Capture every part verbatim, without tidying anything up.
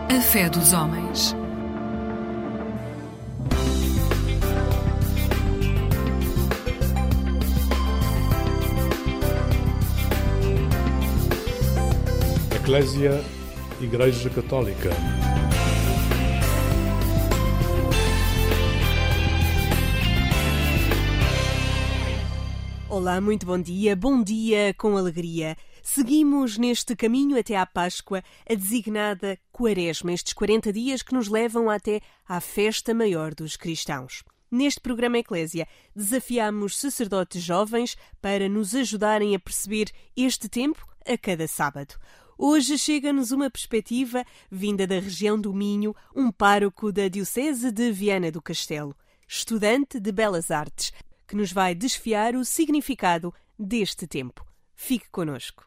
A fé dos homens. Eclésia, Igreja Católica. Olá, muito bom dia, bom dia com alegria. Seguimos neste caminho até à Páscoa, a designada Quaresma, estes quarenta dias que nos levam até à festa maior dos cristãos. Neste programa Eclésia, desafiamos sacerdotes jovens para nos ajudarem a perceber este tempo a cada sábado. Hoje chega-nos uma perspectiva vinda da região do Minho, um pároco da Diocese de Viana do Castelo, estudante de Belas Artes, que nos vai desfiar o significado deste tempo. Fique connosco.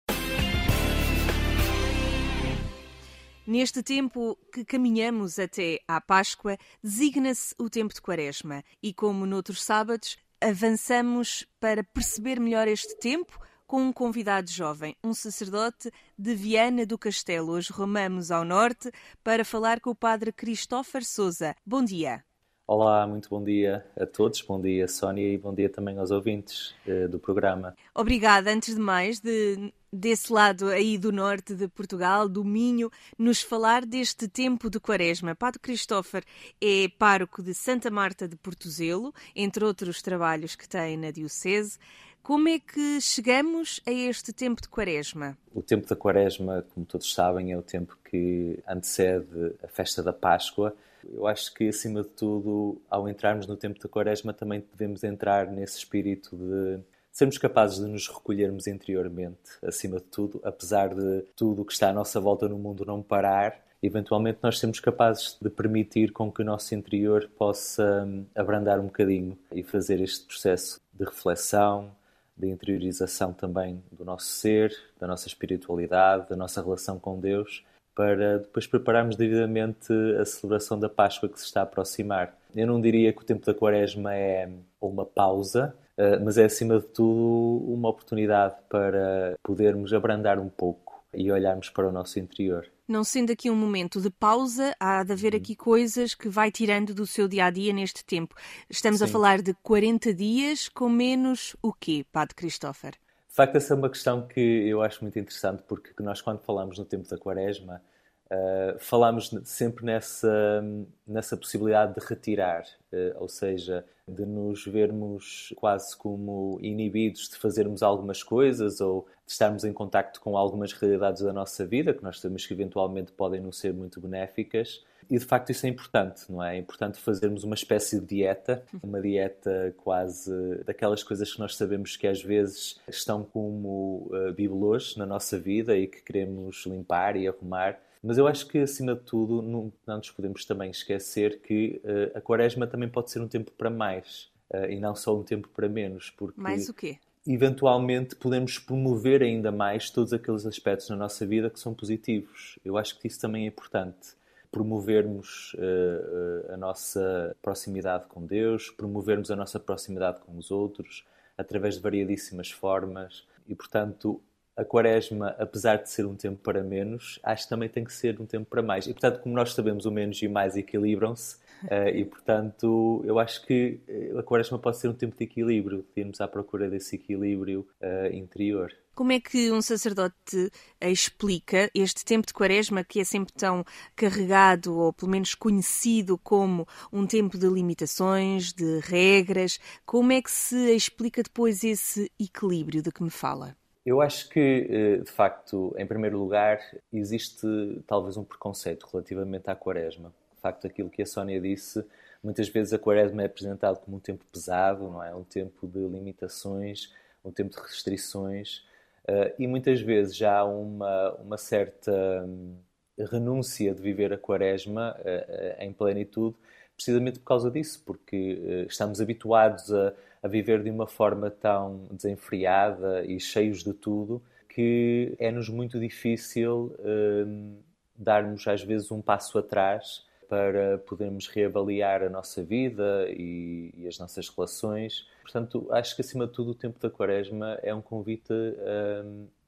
Neste tempo que caminhamos até à Páscoa, designa-se o tempo de Quaresma e, como noutros sábados, avançamos para perceber melhor este tempo com um convidado jovem, um sacerdote de Viana do Castelo. Hoje rumamos ao norte para falar com o padre Christopher Sousa. Bom dia. Olá, muito bom dia a todos, bom dia Sónia e bom dia também aos ouvintes uh, do programa. Obrigada, antes de mais, de, desse lado aí do norte de Portugal, do Minho, nos falar deste tempo de Quaresma. Padre Christopher é pároco de Santa Marta de Portozelo, entre outros trabalhos que tem na Diocese. Como é que chegamos a este tempo de Quaresma? O tempo da Quaresma, como todos sabem, é o tempo que antecede a festa da Páscoa. Eu acho que, acima de tudo, ao entrarmos no tempo da Quaresma, também devemos entrar nesse espírito de sermos capazes de nos recolhermos interiormente, acima de tudo, apesar de tudo o que está à nossa volta no mundo não parar. Eventualmente nós sermos capazes de permitir com que o nosso interior possa abrandar um bocadinho e fazer este processo de reflexão, de interiorização também do nosso ser, da nossa espiritualidade, da nossa relação com Deus, para depois prepararmos devidamente a celebração da Páscoa que se está a aproximar. Eu não diria que o tempo da Quaresma é uma pausa, mas é, acima de tudo, uma oportunidade para podermos abrandar um pouco e olharmos para o nosso interior. Não sendo aqui um momento de pausa, há de haver aqui coisas que vai tirando do seu dia-a-dia neste tempo. Estamos Sim. a falar de quarenta dias com menos o quê, Padre Christopher? De facto, essa é uma questão que eu acho muito interessante, porque nós, quando falamos no tempo da Quaresma, uh, falamos sempre nessa, nessa possibilidade de retirar, uh, ou seja, de nos vermos quase como inibidos de fazermos algumas coisas ou de estarmos em contacto com algumas realidades da nossa vida, que nós sabemos que eventualmente podem não ser muito benéficas. E, de facto, isso é importante, não é? É importante fazermos uma espécie de dieta, uma dieta quase daquelas coisas que nós sabemos que às vezes estão como uh, bibelôs na nossa vida e que queremos limpar e arrumar. Mas eu acho que, acima de tudo, não, não nos podemos também esquecer que uh, a Quaresma também pode ser um tempo para mais uh, e não só um tempo para menos. Porque mais o quê? Eventualmente podemos promover ainda mais todos aqueles aspectos na nossa vida que são positivos. Eu acho que isso também é importante. Promovermos uh, uh, a nossa proximidade com Deus, promovermos a nossa proximidade com os outros, através de variadíssimas formas. E, portanto, a Quaresma, apesar de ser um tempo para menos, acho que também tem que ser um tempo para mais. E, portanto, como nós sabemos, o menos e o mais equilibram-se. Uh, e, portanto, eu acho que a Quaresma pode ser um tempo de equilíbrio, de irmos à procura desse equilíbrio uh, interior. Como é que um sacerdote explica este tempo de Quaresma, que é sempre tão carregado, ou pelo menos conhecido como um tempo de limitações, de regras? Como é que se explica depois esse equilíbrio de que me fala? Eu acho que, de facto, em primeiro lugar, existe talvez um preconceito relativamente à Quaresma. De facto, aquilo que a Sónia disse, muitas vezes a Quaresma é apresentado como um tempo pesado, não é? Um tempo de limitações, um tempo de restrições. Uh, e muitas vezes já há uma, uma certa um, renúncia de viver a Quaresma uh, uh, em plenitude, precisamente por causa disso, porque uh, estamos habituados a, a viver de uma forma tão desenfreada e cheios de tudo, que é-nos muito difícil uh, darmos às vezes um passo atrás para podermos reavaliar a nossa vida e, e as nossas relações. Portanto, acho que, acima de tudo, o tempo da Quaresma é um convite a,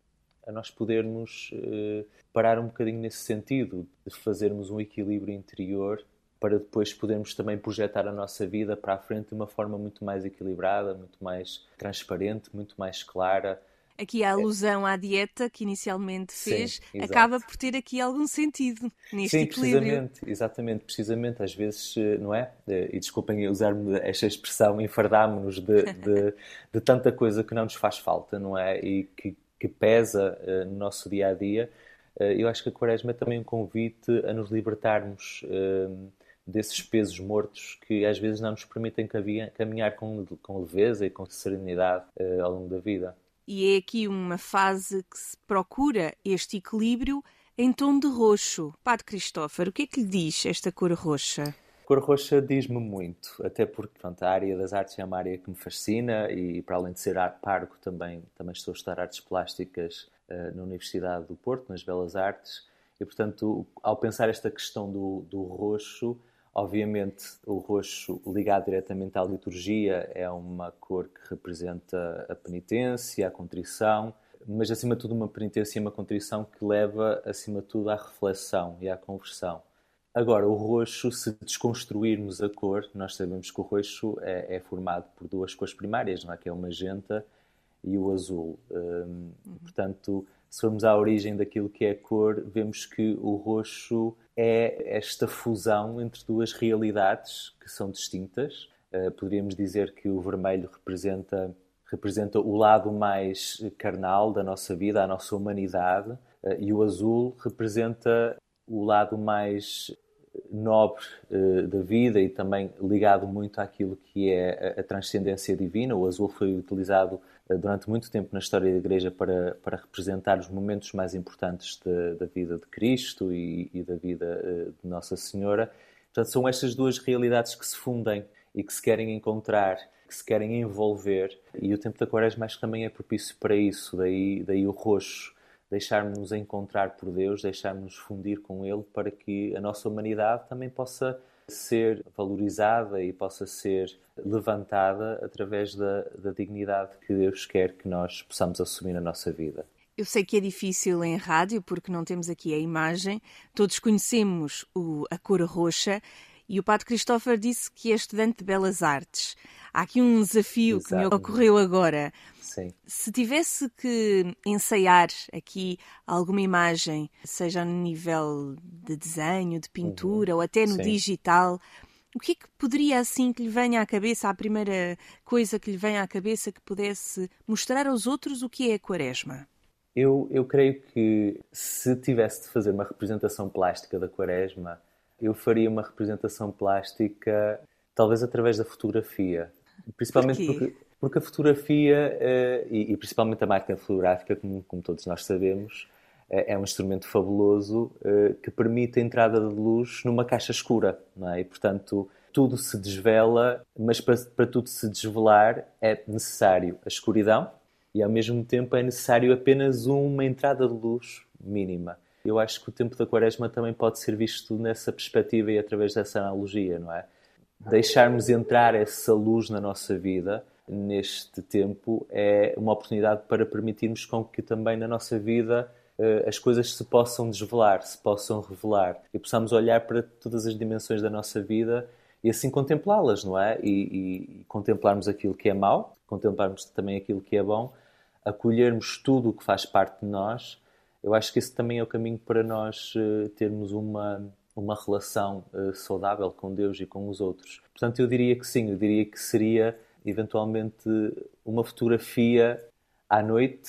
a nós podermos uh, parar um bocadinho nesse sentido, de fazermos um equilíbrio interior para depois podermos também projetar a nossa vida para a frente de uma forma muito mais equilibrada, muito mais transparente, muito mais clara. Aqui a alusão à dieta que inicialmente fez, Sim, acaba por ter aqui algum sentido neste Sim, equilíbrio. precisamente, exatamente, precisamente, às vezes, não é? E desculpem usar-me esta expressão, enfardámos-nos de, de, de tanta coisa que não nos faz falta, não é? E que, que pesa uh, no nosso dia-a-dia. Uh, eu acho que a Quaresma é também um convite a nos libertarmos uh, desses pesos mortos que às vezes não nos permitem caminhar com, com leveza e com serenidade uh, ao longo da vida. E é aqui uma fase que se procura este equilíbrio em tom de roxo. Padre Cristófaro, o que é que lhe diz esta cor roxa? A cor roxa diz-me muito, até porque pronto, a área das artes é uma área que me fascina e, para além de ser parco, também, também estou a estudar artes plásticas uh, na Universidade do Porto, nas Belas Artes, e, portanto, ao pensar esta questão do, do roxo, obviamente o roxo ligado diretamente à liturgia é uma cor que representa a penitência, a contrição, mas acima de tudo uma penitência e uma contrição que leva acima de tudo à reflexão e à conversão. Agora, o roxo, se desconstruirmos a cor, nós sabemos que o roxo é, é formado por duas cores primárias, não é? Que é o magenta e o azul. Hum, uhum. Portanto, se formos à origem daquilo que é a cor, vemos que o roxo é esta fusão entre duas realidades que são distintas. Uh, poderíamos dizer que o vermelho representa, representa o lado mais carnal da nossa vida, a nossa humanidade, uh, e o azul representa o lado mais nobre uh, da vida e também ligado muito àquilo que é a, a transcendência divina. O azul foi utilizado uh, durante muito tempo na história da Igreja para, para representar os momentos mais importantes de, da vida de Cristo e, e da vida uh, de Nossa Senhora. Portanto, são estas duas realidades que se fundem e que se querem encontrar, que se querem envolver. E o tempo da Quaresma acho que também é propício para isso, daí, daí o roxo. Deixarmos-nos encontrar por Deus, deixarmos-nos fundir com Ele para que a nossa humanidade também possa ser valorizada e possa ser levantada através da, da dignidade que Deus quer que nós possamos assumir na nossa vida. Eu sei que é difícil em rádio porque não temos aqui a imagem, todos conhecemos o, a cor roxa e o Padre Cristófaro disse que é estudante de Belas Artes. Há aqui um desafio Exato. Que me ocorreu agora. Sim. Se tivesse que ensaiar aqui alguma imagem, seja no nível de desenho, de pintura uhum. ou até no Sim. digital, o que é que poderia assim que lhe venha à cabeça, a primeira coisa que lhe venha à cabeça que pudesse mostrar aos outros o que é a Quaresma? Eu, eu creio que se tivesse de fazer uma representação plástica da Quaresma, eu faria uma representação plástica talvez através da fotografia. Principalmente Por porque... Porque a fotografia, uh, e, e principalmente a máquina fotográfica, como, como todos nós sabemos, uh, é um instrumento fabuloso uh, que permite a entrada de luz numa caixa escura, não é? E, portanto, tudo se desvela, mas para, para tudo se desvelar é necessário a escuridão e, ao mesmo tempo, é necessário apenas uma entrada de luz mínima. Eu acho que o tempo da Quaresma também pode ser visto nessa perspectiva e através dessa analogia, não é? Deixarmos entrar essa luz na nossa vida neste tempo é uma oportunidade para permitirmos com que também na nossa vida uh, as coisas se possam desvelar, se possam revelar e possamos olhar para todas as dimensões da nossa vida e assim contemplá-las, não é? E, e contemplarmos aquilo que é mau, contemplarmos também aquilo que é bom, acolhermos tudo o que faz parte de nós. Eu acho que esse também é o caminho para nós uh, termos uma, uma relação uh, saudável com Deus e com os outros. Portanto, eu diria que sim, eu diria que seria eventualmente uma fotografia à noite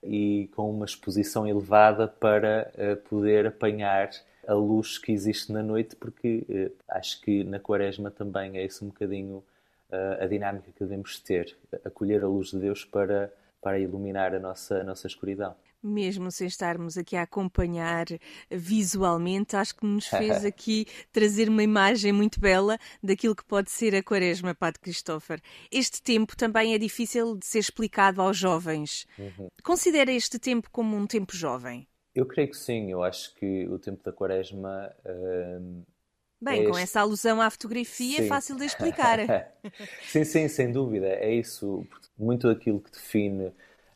e com uma exposição elevada para uh, poder apanhar a luz que existe na noite, porque uh, acho que na Quaresma também é isso um bocadinho uh, a dinâmica que devemos ter, acolher a luz de Deus para, para iluminar a nossa, a nossa escuridão. Mesmo sem estarmos aqui a acompanhar visualmente, acho que nos fez aqui trazer uma imagem muito bela daquilo que pode ser a Quaresma, Padre Cristófaro. Este tempo também é difícil de ser explicado aos jovens. Uhum. Considera este tempo como um tempo jovem? Eu creio que sim. Eu acho que o tempo da Quaresma... Hum, Bem, é com este... essa alusão à fotografia sim. É fácil de explicar. Sim, sim, sem dúvida. É isso. Muito daquilo que define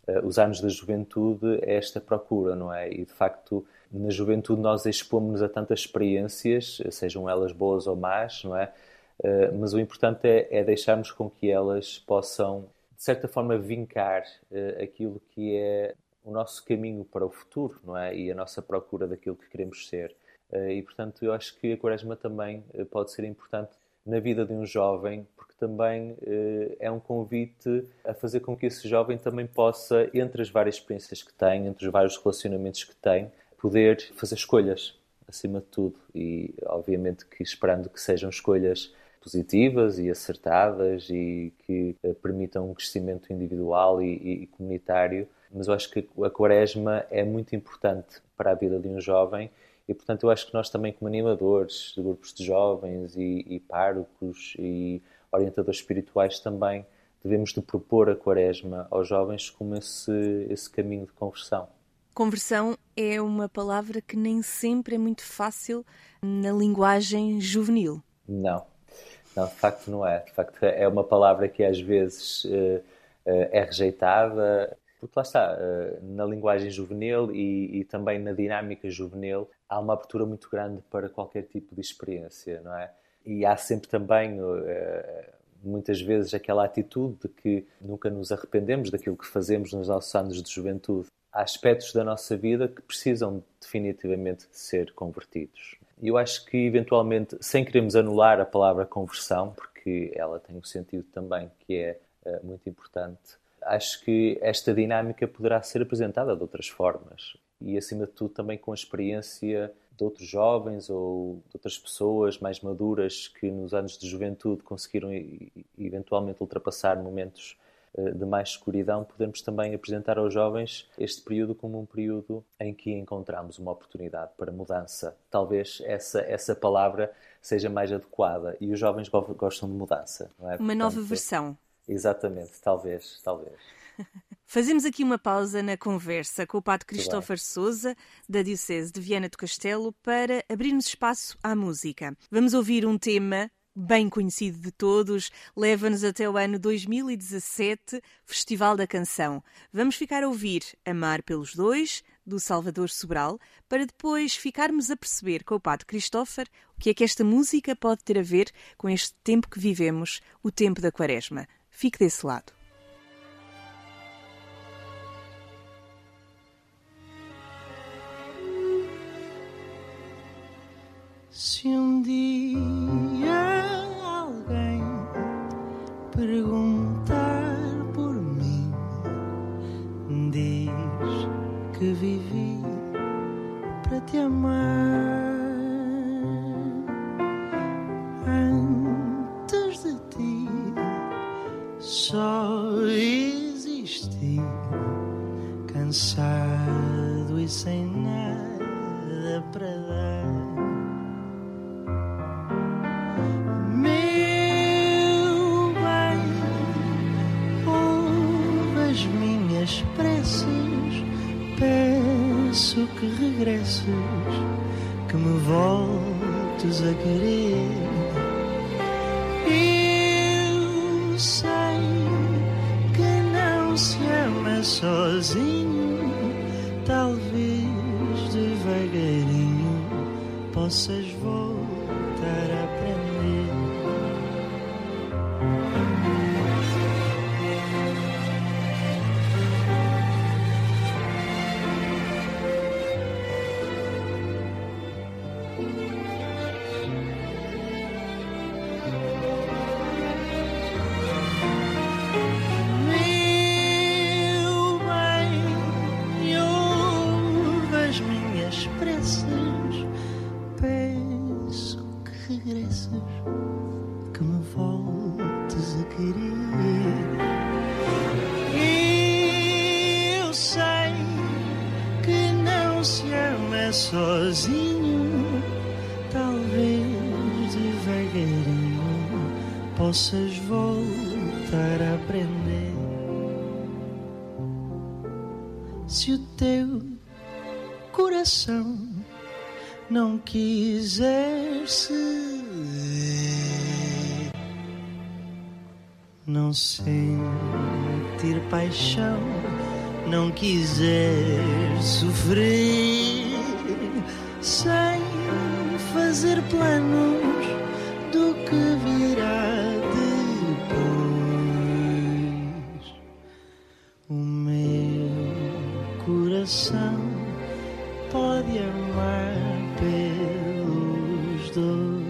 os anos da juventude é esta procura, não é? E de facto, na juventude nós expomos-nos a tantas experiências, sejam elas boas ou más, não é? Mas o importante é, é deixarmos com que elas possam, de certa forma, vincar aquilo que é o nosso caminho para o futuro, não é? E a nossa procura daquilo que queremos ser. E, portanto, eu acho que a Quaresma também pode ser importante na vida de um jovem, porque também é um convite a fazer com que esse jovem também possa, entre as várias experiências que tem, entre os vários relacionamentos que tem, poder fazer escolhas, acima de tudo. E, obviamente, que esperando que sejam escolhas positivas e acertadas e que permitam um crescimento individual e, e, e comunitário. Mas eu acho que a Quaresma é muito importante para a vida de um jovem e, portanto, eu acho que nós também, como animadores de grupos de jovens e, e párocos e orientadores espirituais, também devemos de propor a Quaresma aos jovens como esse, esse caminho de conversão. Conversão é uma palavra que nem sempre é muito fácil na linguagem juvenil. Não, não, de facto não é. De facto é uma palavra que às vezes uh, uh, é rejeitada, porque lá está, uh, na linguagem juvenil e, e também na dinâmica juvenil há uma abertura muito grande para qualquer tipo de experiência, não é? E há sempre também, uh, muitas vezes, aquela atitude de que nunca nos arrependemos daquilo que fazemos nos nossos anos de juventude. Há aspectos da nossa vida que precisam definitivamente de ser convertidos. E eu acho que, eventualmente, sem queremos anular a palavra conversão, porque ela tem um sentido também que é uh, muito importante, acho que esta dinâmica poderá ser apresentada de outras formas. E, acima de tudo, também com a experiência de outros jovens ou de outras pessoas mais maduras que, nos anos de juventude, conseguiram, eventualmente, ultrapassar momentos de mais escuridão, podemos também apresentar aos jovens este período como um período em que encontramos uma oportunidade para mudança. Talvez essa, essa palavra seja mais adequada e os jovens gostam de mudança, não é? Uma Portanto, nova versão. Exatamente, talvez, talvez. Fazemos aqui uma pausa na conversa com o padre Cristófaro Sousa, da Diocese de Viana do Castelo, para abrirmos espaço à música. Vamos ouvir um tema bem conhecido de todos, leva-nos até o ano dois mil e dezassete, Festival da Canção. Vamos ficar a ouvir Amar pelos Dois, do Salvador Sobral, para depois ficarmos a perceber com o padre Cristófaro o que é que esta música pode ter a ver com este tempo que vivemos, o tempo da Quaresma. Fique desse lado. Se um dia alguém perguntar por mim, diz que vivi para te amar. Antes de ti só existi, cansado e sem nada para dar. Peço que regresses, que me voltes a querer. Eu sei que não se ama sozinho, talvez devagarinho possas voltar a aprender. Sozinho, talvez devagarinho possas voltar a aprender. Se o teu coração não quiser ceder, não sentir paixão não quiser sofrer sem fazer planos do que virá depois. O meu coração pode amar pelos dois.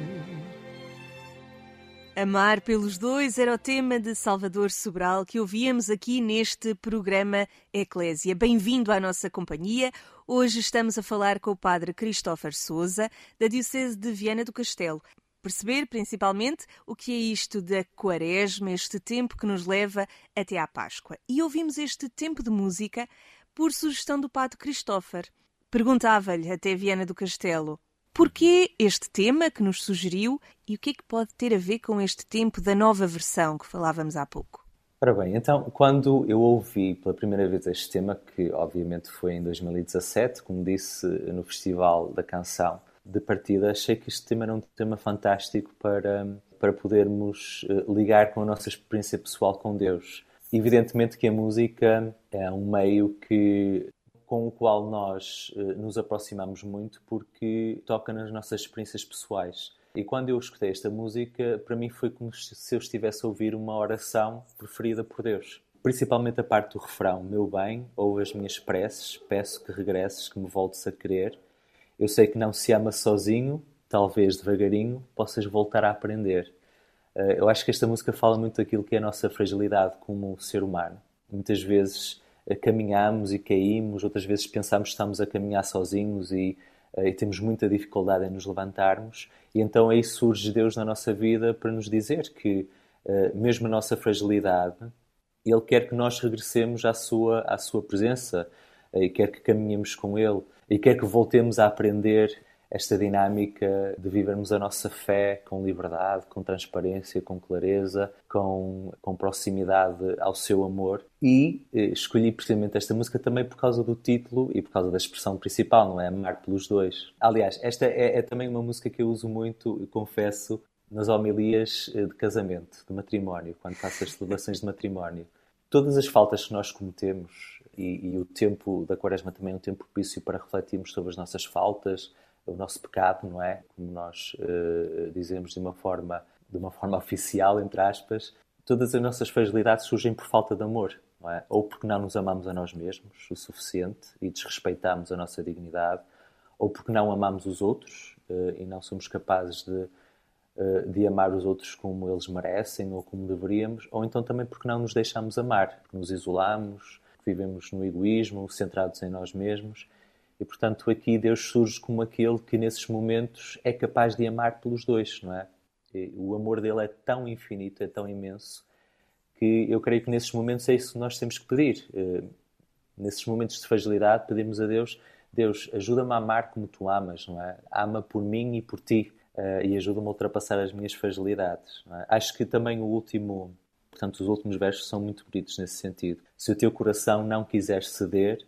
Amar pelos dois era o tema de Salvador Sobral que ouvíamos aqui neste programa Eclésia. Bem-vindo à nossa companhia. Hoje estamos a falar com o padre Christopher Sousa, da Diocese de Viana do Castelo. Perceber, principalmente, o que é isto da Quaresma, este tempo que nos leva até à Páscoa. E ouvimos este tempo de música por sugestão do padre Christopher. Perguntava-lhe até Viana do Castelo: porquê este tema que nos sugeriu e o que é que pode ter a ver com este tempo da nova versão que falávamos há pouco? Ora bem, então, quando eu ouvi pela primeira vez este tema, que obviamente foi em dois mil e dezassete, como disse no Festival da Canção de partida, achei que este tema era um tema fantástico para, para podermos ligar com a nossa experiência pessoal com Deus. Evidentemente que a música é um meio que... com o qual nós uh, nos aproximamos muito porque toca nas nossas experiências pessoais. E quando eu escutei esta música, para mim foi como se eu estivesse a ouvir uma oração preferida por Deus. Principalmente a parte do refrão: meu bem, ouve as minhas preces, peço que regresses, que me voltes a querer. Eu sei que não se ama sozinho, talvez devagarinho possas voltar a aprender. Uh, eu acho que esta música fala muito daquilo que é a nossa fragilidade como ser humano. Muitas vezes caminhamos e caímos, outras vezes pensamos que estamos a caminhar sozinhos e, e temos muita dificuldade em nos levantarmos, e então aí surge Deus na nossa vida para nos dizer que, mesmo a nossa fragilidade, Ele quer que nós regressemos à sua, à sua presença, e quer que caminhemos com Ele, e quer que voltemos a aprender esta dinâmica de vivermos a nossa fé com liberdade, com transparência, com clareza, com, com proximidade ao seu amor. E eh, escolhi precisamente esta música também por causa do título e por causa da expressão principal, não é? Amar pelos dois. Aliás, esta é, é também uma música que eu uso muito, e confesso, nas homilias de casamento, de matrimónio, quando faço as celebrações de matrimónio. Todas as faltas que nós cometemos, e, e o tempo da Quaresma também é um tempo propício para refletirmos sobre as nossas faltas, o nosso pecado, não é? Como nós uh, dizemos de uma forma, de uma forma oficial, entre aspas. Todas as nossas fragilidades surgem por falta de amor, não é? Ou porque não nos amamos a nós mesmos o suficiente e desrespeitamos a nossa dignidade, ou porque não amamos os outros uh, e não somos capazes de, uh, de amar os outros como eles merecem ou como deveríamos, ou então também porque não nos deixamos amar, porque nos isolamos, vivemos no egoísmo, centrados em nós mesmos. E, portanto, aqui Deus surge como aquele que, nesses momentos, é capaz de amar pelos dois, não é? E o amor dele é tão infinito, é tão imenso, que eu creio que nesses momentos é isso que nós temos que pedir. Nesses momentos de fragilidade, pedimos a Deus: Deus, ajuda-me a amar como tu amas, não é? Ama por mim e por ti, e ajuda-me a ultrapassar as minhas fragilidades, não é? Acho que também o último, portanto, os últimos versos são muito bonitos nesse sentido. Se o teu coração não quiser ceder,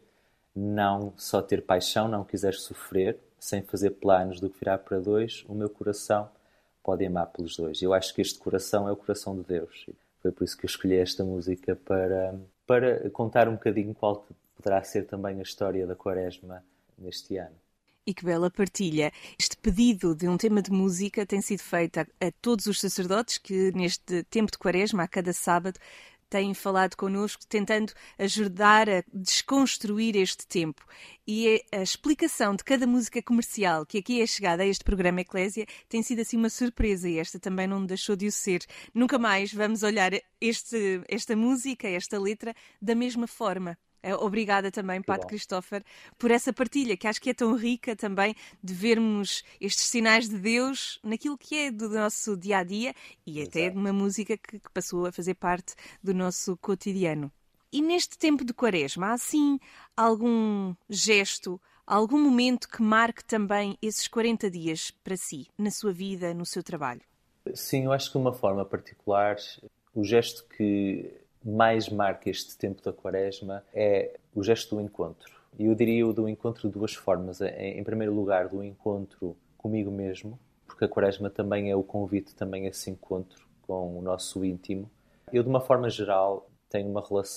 não só ter paixão, não quiseres sofrer, sem fazer planos do que virá para dois, o meu coração pode amar pelos dois. Eu acho que este coração é o coração de Deus. Foi por isso que eu escolhi esta música para, para contar um bocadinho qual poderá ser também a história da Quaresma neste ano. E que bela partilha. Este pedido de um tema de música tem sido feito a, a todos os sacerdotes que neste tempo de Quaresma, a cada sábado, têm falado connosco, tentando ajudar a desconstruir este tempo. E a explicação de cada música comercial que aqui é chegada a este programa Eclésia tem sido assim uma surpresa, e esta também não deixou de o ser. Nunca mais vamos olhar este, esta música, esta letra, da mesma forma. Obrigada também, Padre Christopher, por essa partilha, que acho que é tão rica também, de vermos estes sinais de Deus naquilo que é do nosso dia-a-dia e Exato. Até de uma música que, que passou a fazer parte do nosso cotidiano. E neste tempo de Quaresma, há assim algum gesto, algum momento que marque também esses quarenta dias para si, na sua vida, no seu trabalho? Sim, eu acho que de uma forma particular, o gesto que mais marca este tempo da Quaresma é o gesto do encontro. E eu diria o do encontro de duas formas. Em primeiro lugar, do encontro comigo mesmo, porque a Quaresma também é o convite também a esse encontro com o nosso íntimo. Eu, de uma forma geral, tenho uma relação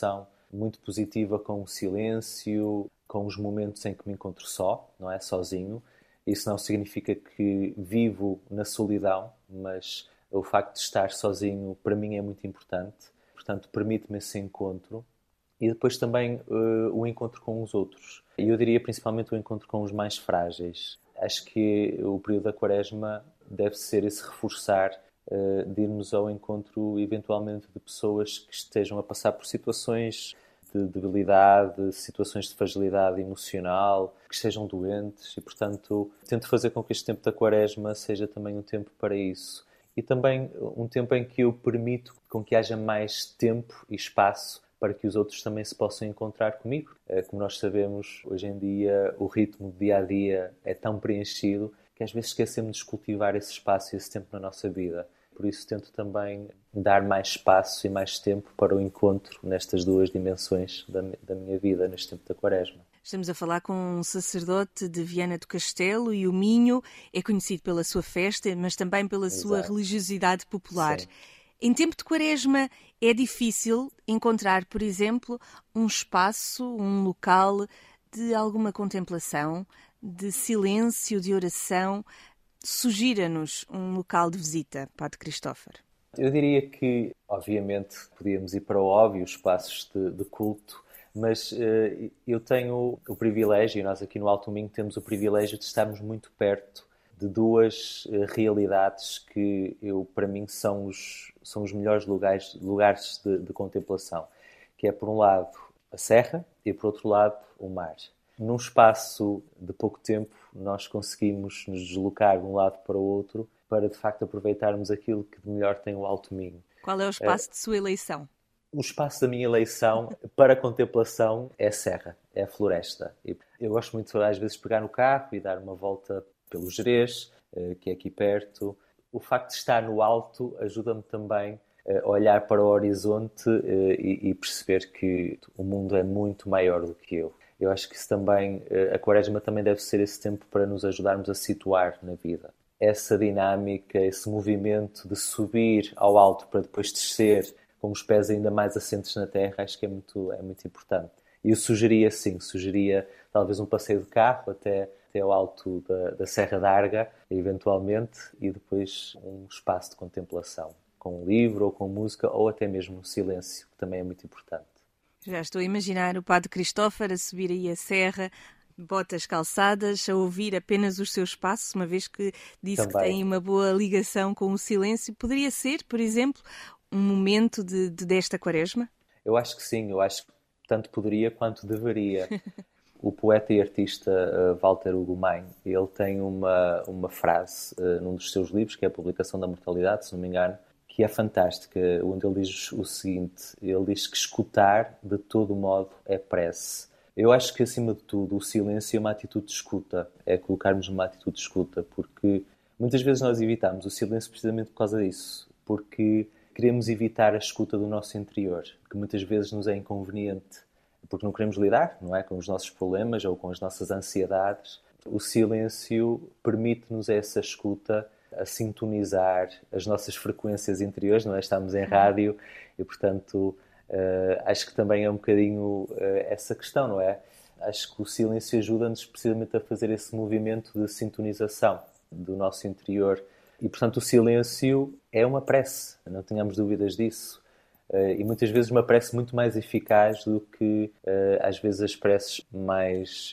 muito positiva com o silêncio, com os momentos em que me encontro só, não é? Sozinho. Isso não significa que vivo na solidão, mas o facto de estar sozinho para mim é muito importante. Portanto, permite-me esse encontro. E depois também uh, o encontro com os outros. E eu diria principalmente o encontro com os mais frágeis. Acho que o período da Quaresma deve ser esse reforçar uh, de irmos ao encontro eventualmente de pessoas que estejam a passar por situações de debilidade, situações de fragilidade emocional, que estejam doentes e, portanto, tento fazer com que este tempo da Quaresma seja também um tempo para isso. E também um tempo em que eu permito com que haja mais tempo e espaço para que os outros também se possam encontrar comigo. Como nós sabemos, hoje em dia o ritmo do dia-a-dia é tão preenchido que às vezes esquecemos de cultivar esse espaço e esse tempo na nossa vida. Por isso tento também dar mais espaço e mais tempo para o encontro nestas duas dimensões da, da minha vida, neste tempo da Quaresma. Estamos a falar com um sacerdote de Viana do Castelo e o Minho é conhecido pela sua festa, mas também pela Exato. Sua religiosidade popular. Sim. Em tempo de Quaresma é difícil encontrar, por exemplo, um espaço, um local de alguma contemplação, de silêncio, de oração. Sugira-nos um local de visita, Padre Christopher. Eu diria que, obviamente, podíamos ir para o óbvio, os espaços de, de culto, mas uh, eu tenho o privilégio, e nós aqui no Alto Minho temos o privilégio de estarmos muito perto de duas uh, realidades que, eu, para mim, são os, são os melhores lugares, lugares de, de contemplação, que é, por um lado, a serra e, por outro lado, o mar. Num espaço de pouco tempo, nós conseguimos nos deslocar de um lado para o outro para, de facto, aproveitarmos aquilo que de melhor tem o Alto Minho. Qual é o espaço uh, de sua eleição? O espaço da minha eleição para contemplação é a serra, é a floresta. Eu gosto muito, às vezes, de pegar no carro e dar uma volta pelo Gerês, que é aqui perto. O facto de estar no alto ajuda-me também a olhar para o horizonte e perceber que o mundo é muito maior do que eu. Eu acho que isso também, a Quaresma também deve ser esse tempo para nos ajudarmos a situar na vida. Essa dinâmica, esse movimento de subir ao alto para depois descer com os pés ainda mais assentes na terra, acho que é muito, é muito importante. E eu sugeria, sim, sugeria talvez um passeio de carro até, até ao alto da, da Serra d'Arga, eventualmente, e depois um espaço de contemplação, com um livro ou com música, ou até mesmo um silêncio, que também é muito importante. Já estou a imaginar o Padre Christopher a subir aí a serra, botas calçadas, a ouvir apenas os seus passos, uma vez que disse também que tem uma boa ligação com o silêncio. Poderia ser, por exemplo, um momento de, de desta Quaresma? Eu acho que sim, eu acho que tanto poderia quanto deveria. O poeta e artista uh, Walter Ugumem, ele tem uma, uma frase uh, num dos seus livros, que é a Publicação da Mortalidade, se não me engano, que é fantástica, onde ele diz o seguinte, ele diz que escutar de todo modo é prece. Eu acho que, acima de tudo, o silêncio é uma atitude de escuta, é colocarmos uma atitude de escuta, porque muitas vezes nós evitamos o silêncio precisamente por causa disso, porque queremos evitar a escuta do nosso interior, que muitas vezes nos é inconveniente, porque não queremos lidar, não é, com os nossos problemas ou com as nossas ansiedades. O silêncio permite-nos essa escuta, a sintonizar as nossas frequências interiores, não é? Estamos em rádio e, portanto, uh, acho que também é um bocadinho uh, essa questão, não é? Acho que o silêncio ajuda-nos precisamente a fazer esse movimento de sintonização do nosso interior. E, portanto, o silêncio é uma prece, não tenhamos dúvidas disso. Uh, e muitas vezes uma prece muito mais eficaz do que, uh, às vezes, as preces mais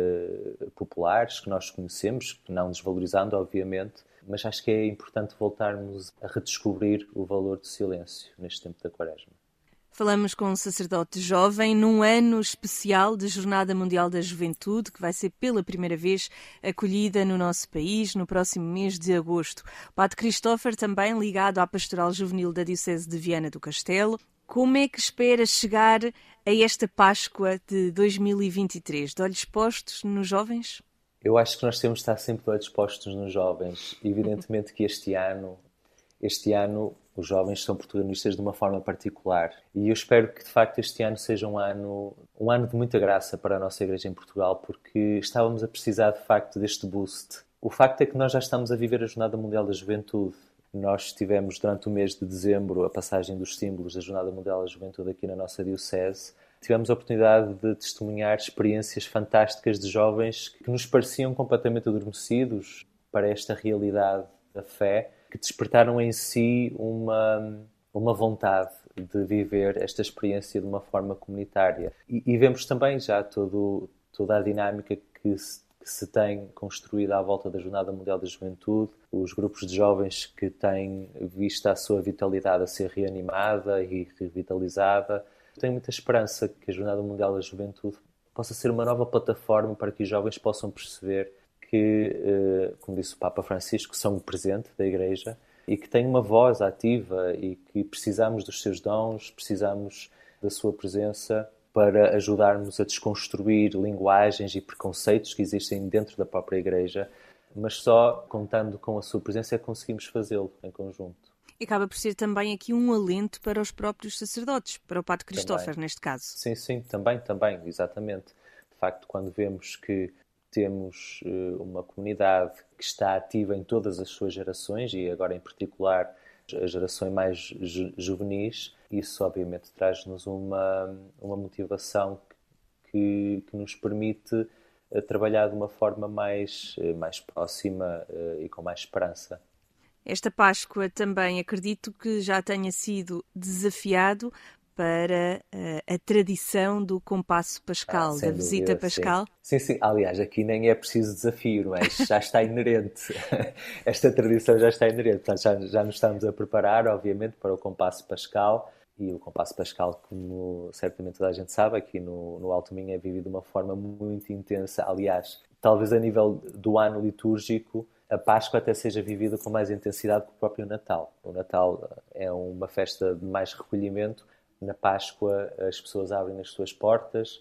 uh, populares que nós conhecemos, não desvalorizando, obviamente, mas acho que é importante voltarmos a redescobrir o valor do silêncio neste tempo da Quaresma. Falamos com um sacerdote jovem num ano especial de Jornada Mundial da Juventude, que vai ser pela primeira vez acolhida no nosso país no próximo mês de agosto. O Padre Christopher, também ligado à Pastoral Juvenil da Diocese de Viana do Castelo. Como é que espera chegar a esta Páscoa de dois mil e vinte e três? De olhos postos nos jovens? Eu acho que nós temos de estar sempre de olhos postos nos jovens. Evidentemente que este ano, este ano os jovens são protagonistas de uma forma particular. E eu espero que, de facto, este ano seja um ano, um ano de muita graça para a nossa Igreja em Portugal, porque estávamos a precisar, de facto, deste boost. O facto é que nós já estamos a viver a Jornada Mundial da Juventude. Nós tivemos, durante o mês de dezembro, a passagem dos símbolos da Jornada Mundial da Juventude aqui na nossa Diocese. tivemos a oportunidade de testemunhar experiências fantásticas de jovens que nos pareciam completamente adormecidos para esta realidade da fé, que despertaram em si uma, uma vontade de viver esta experiência de uma forma comunitária. E, e vemos também já todo, toda a dinâmica que se, que se tem construído à volta da Jornada Mundial da Juventude, os grupos de jovens que têm visto a sua vitalidade a ser reanimada e revitalizada. Tenho muita esperança que a Jornada Mundial da Juventude possa ser uma nova plataforma para que os jovens possam perceber que, como disse o Papa Francisco, são o presente da Igreja e que têm uma voz ativa e que precisamos dos seus dons, precisamos da sua presença para ajudarmos a desconstruir linguagens e preconceitos que existem dentro da própria Igreja, mas só contando com a sua presença é que conseguimos fazê-lo em conjunto. E acaba por ser também aqui um alento para os próprios sacerdotes, para o Padre Christopher, também. Neste caso. Sim, sim, também, também, exatamente. De facto, quando vemos que temos uh, uma comunidade que está ativa em todas as suas gerações, e agora em particular as gerações mais ju- juvenis, isso obviamente traz-nos uma, uma motivação que, que nos permite uh, trabalhar de uma forma mais, uh, mais próxima uh, e com mais esperança. Esta Páscoa também acredito que já tenha sido desafiado para uh, a tradição do compasso pascal, ah, da visita dúvida, pascal. Sim. sim, sim. Aliás, aqui nem é preciso desafio, não é? Já está inerente. Esta tradição já está inerente. Portanto, já, já nos estamos a preparar, obviamente, para o compasso pascal. E o compasso pascal, como certamente toda a gente sabe, aqui no, no Alto Minho é vivido de uma forma muito intensa. Aliás, talvez a nível do ano litúrgico, a Páscoa até seja vivida com mais intensidade que o próprio Natal. O Natal é uma festa de mais recolhimento. Na Páscoa as pessoas abrem as suas portas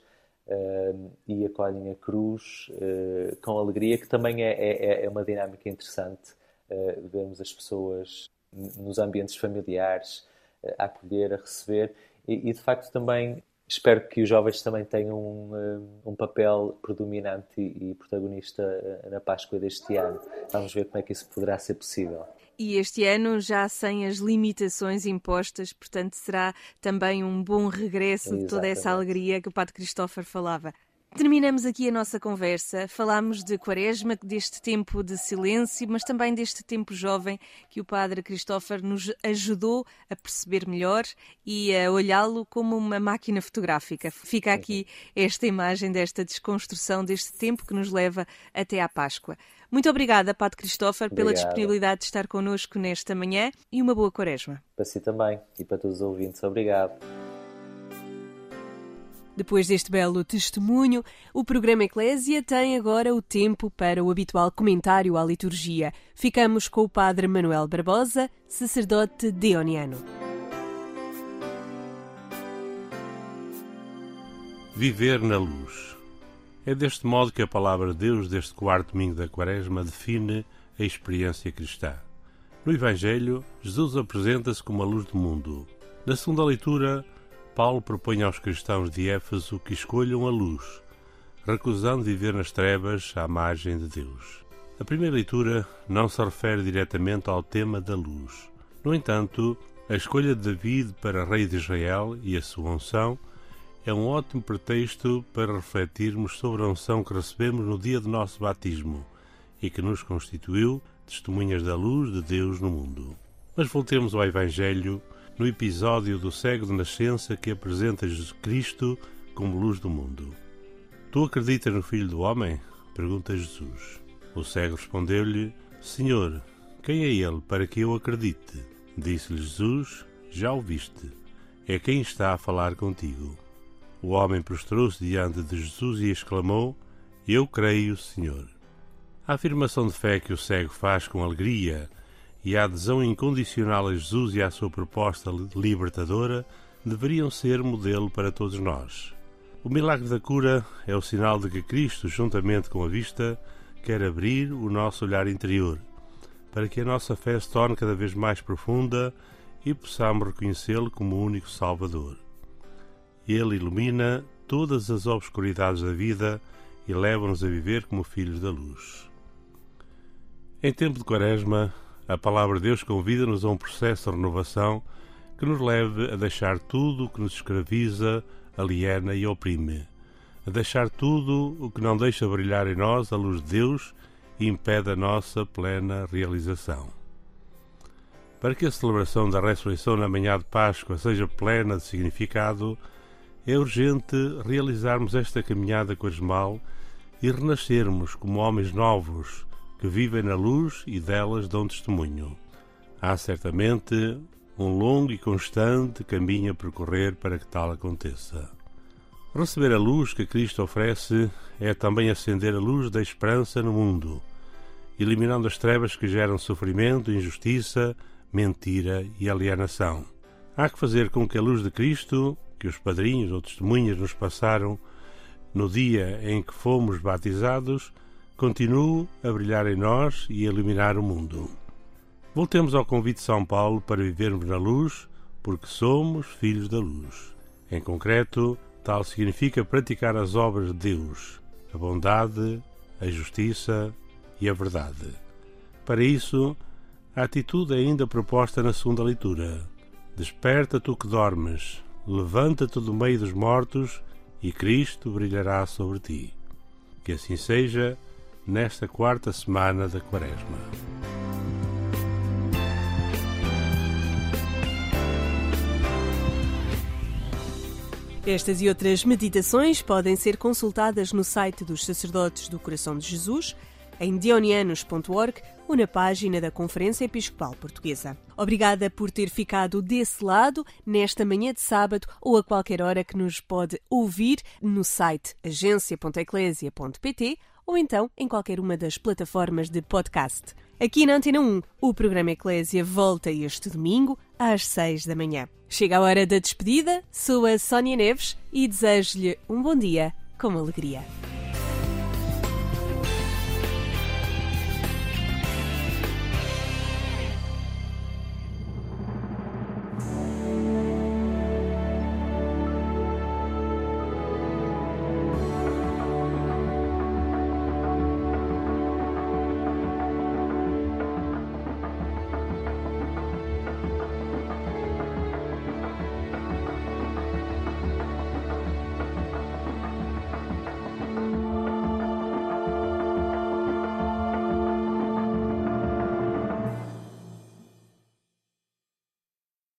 uh, e acolhem a cruz uh, com alegria, que também é, é, é uma dinâmica interessante. Uh, vermos as pessoas nos ambientes familiares uh, a acolher, a receber e, e de facto também espero que os jovens também tenham um, um papel predominante e, e protagonista na Páscoa deste ano. Vamos ver como é que isso poderá ser possível. E este ano já sem as limitações impostas, portanto será também um bom regresso Exatamente. De toda essa alegria que o Padre Christopher falava. Terminamos aqui a nossa conversa. Falámos de Quaresma, deste tempo de silêncio, mas também deste tempo jovem que o Padre Christopher nos ajudou a perceber melhor e a olhá-lo como uma máquina fotográfica. Fica aqui esta imagem desta desconstrução deste tempo que nos leva até à Páscoa. Muito obrigada, Padre Christopher, pela Obrigado. Disponibilidade de estar connosco nesta manhã e uma boa Quaresma. Para si também e para todos os ouvintes. Obrigado. Depois deste belo testemunho, o programa Eclésia tem agora o tempo para o habitual comentário à liturgia. Ficamos com o Padre Manuel Barbosa, sacerdote deoniano. Viver na luz. É deste modo que a palavra de Deus deste quarto domingo da Quaresma define a experiência cristã. No Evangelho, Jesus apresenta-se como a luz do mundo. Na segunda leitura, Paulo propõe aos cristãos de Éfeso que escolham a luz, recusando viver nas trevas à margem de Deus. A primeira leitura não se refere diretamente ao tema da luz. No entanto, a escolha de David para rei de Israel e a sua unção é um ótimo pretexto para refletirmos sobre a unção que recebemos no dia do nosso batismo e que nos constituiu testemunhas da luz de Deus no mundo. Mas voltemos ao Evangelho, no episódio do cego de nascença que apresenta Jesus Cristo como luz do mundo. Tu acreditas no Filho do Homem? Pergunta Jesus. O cego respondeu-lhe, Senhor, quem é ele para que eu acredite? Disse-lhe Jesus, já o viste. É quem está a falar contigo. O homem prostrou-se diante de Jesus e exclamou, Eu creio, Senhor. A afirmação de fé que o cego faz com alegria e a adesão incondicional a Jesus e à sua proposta libertadora deveriam ser modelo para todos nós. O milagre da cura é o sinal de que Cristo, juntamente com a vista, quer abrir o nosso olhar interior, para que a nossa fé se torne cada vez mais profunda e possamos reconhecê-lo como o único Salvador. Ele ilumina todas as obscuridades da vida e leva-nos a viver como filhos da luz. Em tempo de Quaresma, a Palavra de Deus convida-nos a um processo de renovação que nos leve a deixar tudo o que nos escraviza aliena e oprime, a deixar tudo o que não deixa brilhar em nós a luz de Deus e impede a nossa plena realização. Para que a celebração da ressurreição na manhã de Páscoa seja plena de significado, é urgente realizarmos esta caminhada quaresmal e renascermos como homens novos que vivem na luz e delas dão testemunho. Há certamente um longo e constante caminho a percorrer para que tal aconteça. Receber a luz que Cristo oferece é também acender a luz da esperança no mundo, eliminando as trevas que geram sofrimento, injustiça, mentira e alienação. Há que fazer com que a luz de Cristo, que os padrinhos ou testemunhas nos passaram no dia em que fomos batizados, continue a brilhar em nós e a iluminar o mundo. Voltemos ao convite de São Paulo para vivermos na luz, porque somos filhos da luz. Em concreto, tal significa praticar as obras de Deus, a bondade, a justiça e a verdade. Para isso, a atitude é ainda proposta na segunda leitura. Desperta tu que dormes, levanta-te do meio dos mortos e Cristo brilhará sobre ti. Que assim seja nesta quarta semana da Quaresma. Estas e outras meditações podem ser consultadas no site dos Sacerdotes do Coração de Jesus, em dionianos ponto org ou na página da Conferência Episcopal Portuguesa. Obrigada por ter ficado desse lado nesta manhã de sábado ou a qualquer hora que nos pode ouvir no site agência ponto eclésia ponto pt ou então em qualquer uma das plataformas de podcast. Aqui na Antena um, o programa Eclésia volta este domingo às seis da manhã. Chega a hora da despedida, sou a Sónia Neves e desejo-lhe um bom dia com alegria.